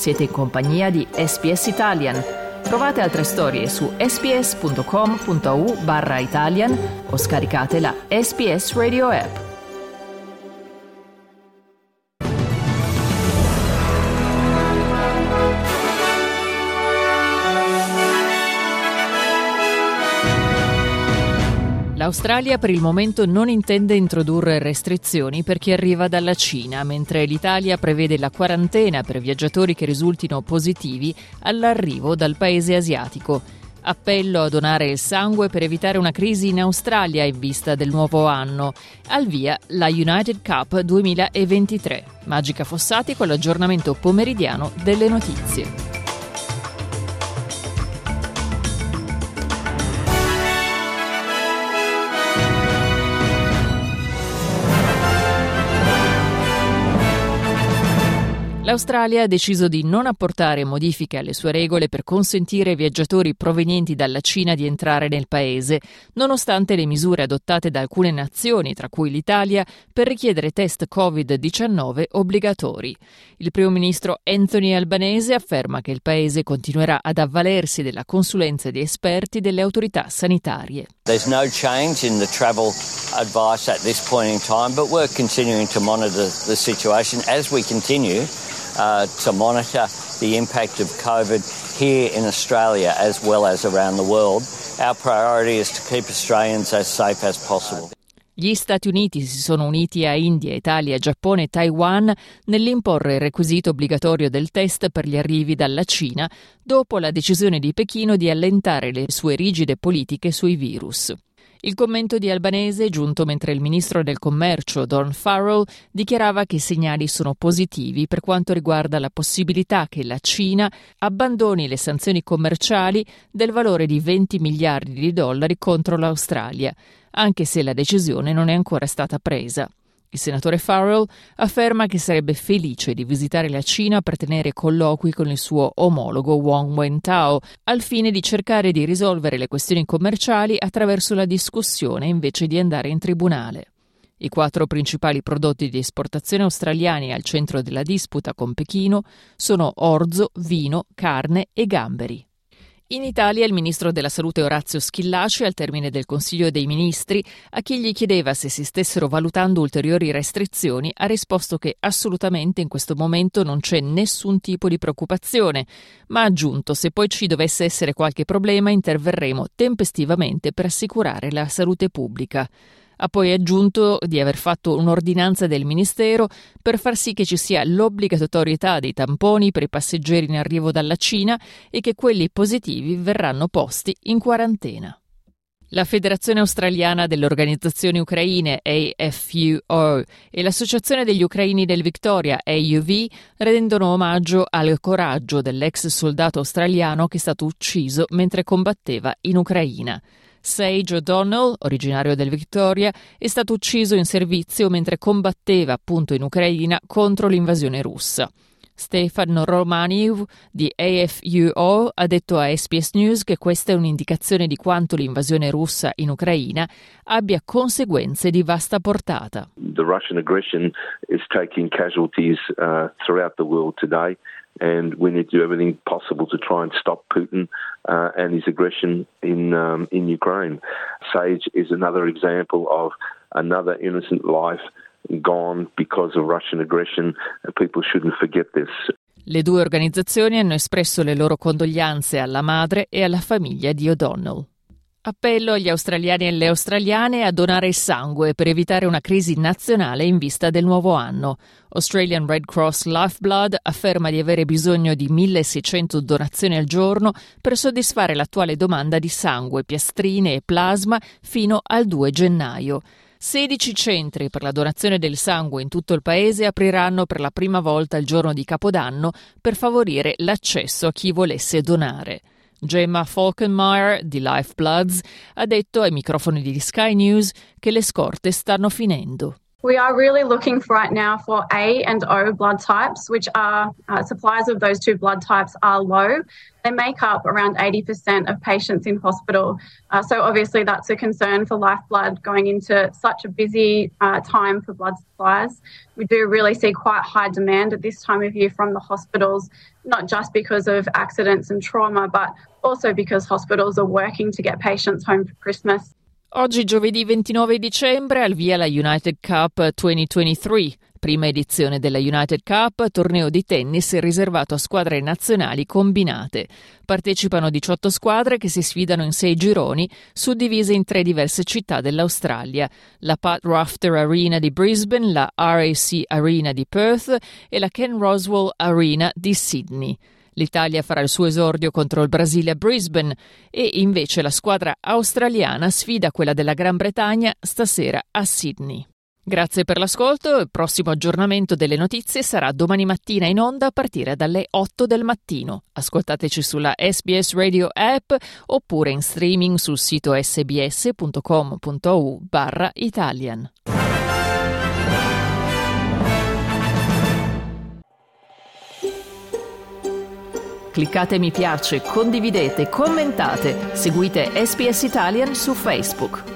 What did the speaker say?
Siete in compagnia di SBS Italian. Trovate altre storie su sbs.com.au/Italian o scaricate la SBS Radio app. L'Australia per il momento non intende introdurre restrizioni per chi arriva dalla Cina, mentre l'Italia prevede la quarantena per viaggiatori che risultino positivi all'arrivo dal paese asiatico. Appello a donare il sangue per evitare una crisi in Australia in vista del nuovo anno. Al via la United Cup 2023. Magica Fossati con l'aggiornamento pomeridiano delle notizie. L'Australia ha deciso di non apportare modifiche alle sue regole per consentire ai viaggiatori provenienti dalla Cina di entrare nel paese, nonostante le misure adottate da alcune nazioni, tra cui l'Italia, per richiedere test Covid-19 obbligatori. Il primo ministro Anthony Albanese afferma che il paese continuerà ad avvalersi della consulenza di esperti delle autorità sanitarie. There's no change in the travel advice at this point in time, but we're continuing to monitor the situation as we continue to monitor the impact of COVID here in Australia as well as around the world. Our priority is to keep Australians as safe as possible. Gli Stati Uniti si sono uniti a India, Italia, Giappone e Taiwan nell'imporre il requisito obbligatorio del test per gli arrivi dalla Cina dopo la decisione di Pechino di allentare le sue rigide politiche sui virus. Il commento di Albanese, giunto mentre il ministro del commercio, Don Farrell, dichiarava che i segnali sono positivi per quanto riguarda la possibilità che la Cina abbandoni le sanzioni commerciali del valore di $20 miliardi contro l'Australia, anche se la decisione non è ancora stata presa. Il senatore Farrell afferma che sarebbe felice di visitare la Cina per tenere colloqui con il suo omologo Wong Wentao, al fine di cercare di risolvere le questioni commerciali attraverso la discussione invece di andare in tribunale. I 4 principali prodotti di esportazione australiani al centro della disputa con Pechino sono orzo, vino, carne e gamberi. In Italia il ministro della Salute Orazio Schillaci, al termine del Consiglio dei Ministri, a chi gli chiedeva se si stessero valutando ulteriori restrizioni, ha risposto che assolutamente in questo momento non c'è nessun tipo di preoccupazione, ma ha aggiunto se poi ci dovesse essere qualche problema interverremo tempestivamente per assicurare la salute pubblica. Ha poi aggiunto di aver fatto un'ordinanza del Ministero per far sì che ci sia l'obbligatorietà dei tamponi per i passeggeri in arrivo dalla Cina e che quelli positivi verranno posti in quarantena. La Federazione Australiana delle Organizzazioni Ucraine, AFUO, e l'Associazione degli Ucraini del Victoria, AUV, rendono omaggio al coraggio dell'ex soldato australiano che è stato ucciso mentre combatteva in Ucraina. Sage O'Donnell, originario del Victoria, è stato ucciso in servizio mentre combatteva appunto in Ucraina contro l'invasione russa. Stefan Romaniv di AFUO ha detto a SBS News che questa è un'indicazione di quanto l'invasione russa in Ucraina abbia conseguenze di vasta portata. The Russian aggression is taking casualties throughout the world today. And we need to do everything possible to try and stop Putin and his aggression in Ukraine. Sage is another example of another innocent life gone because of Russian aggression, and people shouldn't forget this. Le 2 organizzazioni hanno espresso le loro condoglianze alla madre e alla famiglia di O'Donnell. Appello agli australiani e alle australiane a donare il sangue per evitare una crisi nazionale in vista del nuovo anno. Australian Red Cross Lifeblood afferma di avere bisogno di 1.600 donazioni al giorno per soddisfare l'attuale domanda di sangue, piastrine e plasma fino al 2 gennaio. 16 centri per la donazione del sangue in tutto il paese apriranno per la prima volta il giorno di Capodanno per favorire l'accesso a chi volesse donare. Gemma Falkenmeyer di Lifebloods ha detto ai microfoni di Sky News che le scorte stanno finendo. We are really looking right now for A and O blood types, which are supplies of those two blood types are low. They make up around 80% of patients in hospital. So obviously that's a concern for Lifeblood going into such a busy time for blood supplies. We do really see quite high demand at this time of year from the hospitals, not just because of accidents and trauma, but also because hospitals are working to get patients home for Christmas. Oggi, giovedì 29 dicembre, al via la United Cup 2023, prima edizione della United Cup, torneo di tennis riservato a squadre nazionali combinate. Partecipano 18 squadre che si sfidano in 6 gironi, suddivise in 3 diverse città dell'Australia: la Pat Rafter Arena di Brisbane, la RAC Arena di Perth e la Ken Roswell Arena di Sydney. L'Italia farà il suo esordio contro il Brasile a Brisbane e invece la squadra australiana sfida quella della Gran Bretagna stasera a Sydney. Grazie per l'ascolto, il prossimo aggiornamento delle notizie sarà domani mattina in onda a partire dalle 8 del mattino. Ascoltateci sulla SBS Radio app oppure in streaming sul sito sbs.com.au/Italian. Cliccate mi piace, condividete, commentate, seguite SBS Italian su Facebook.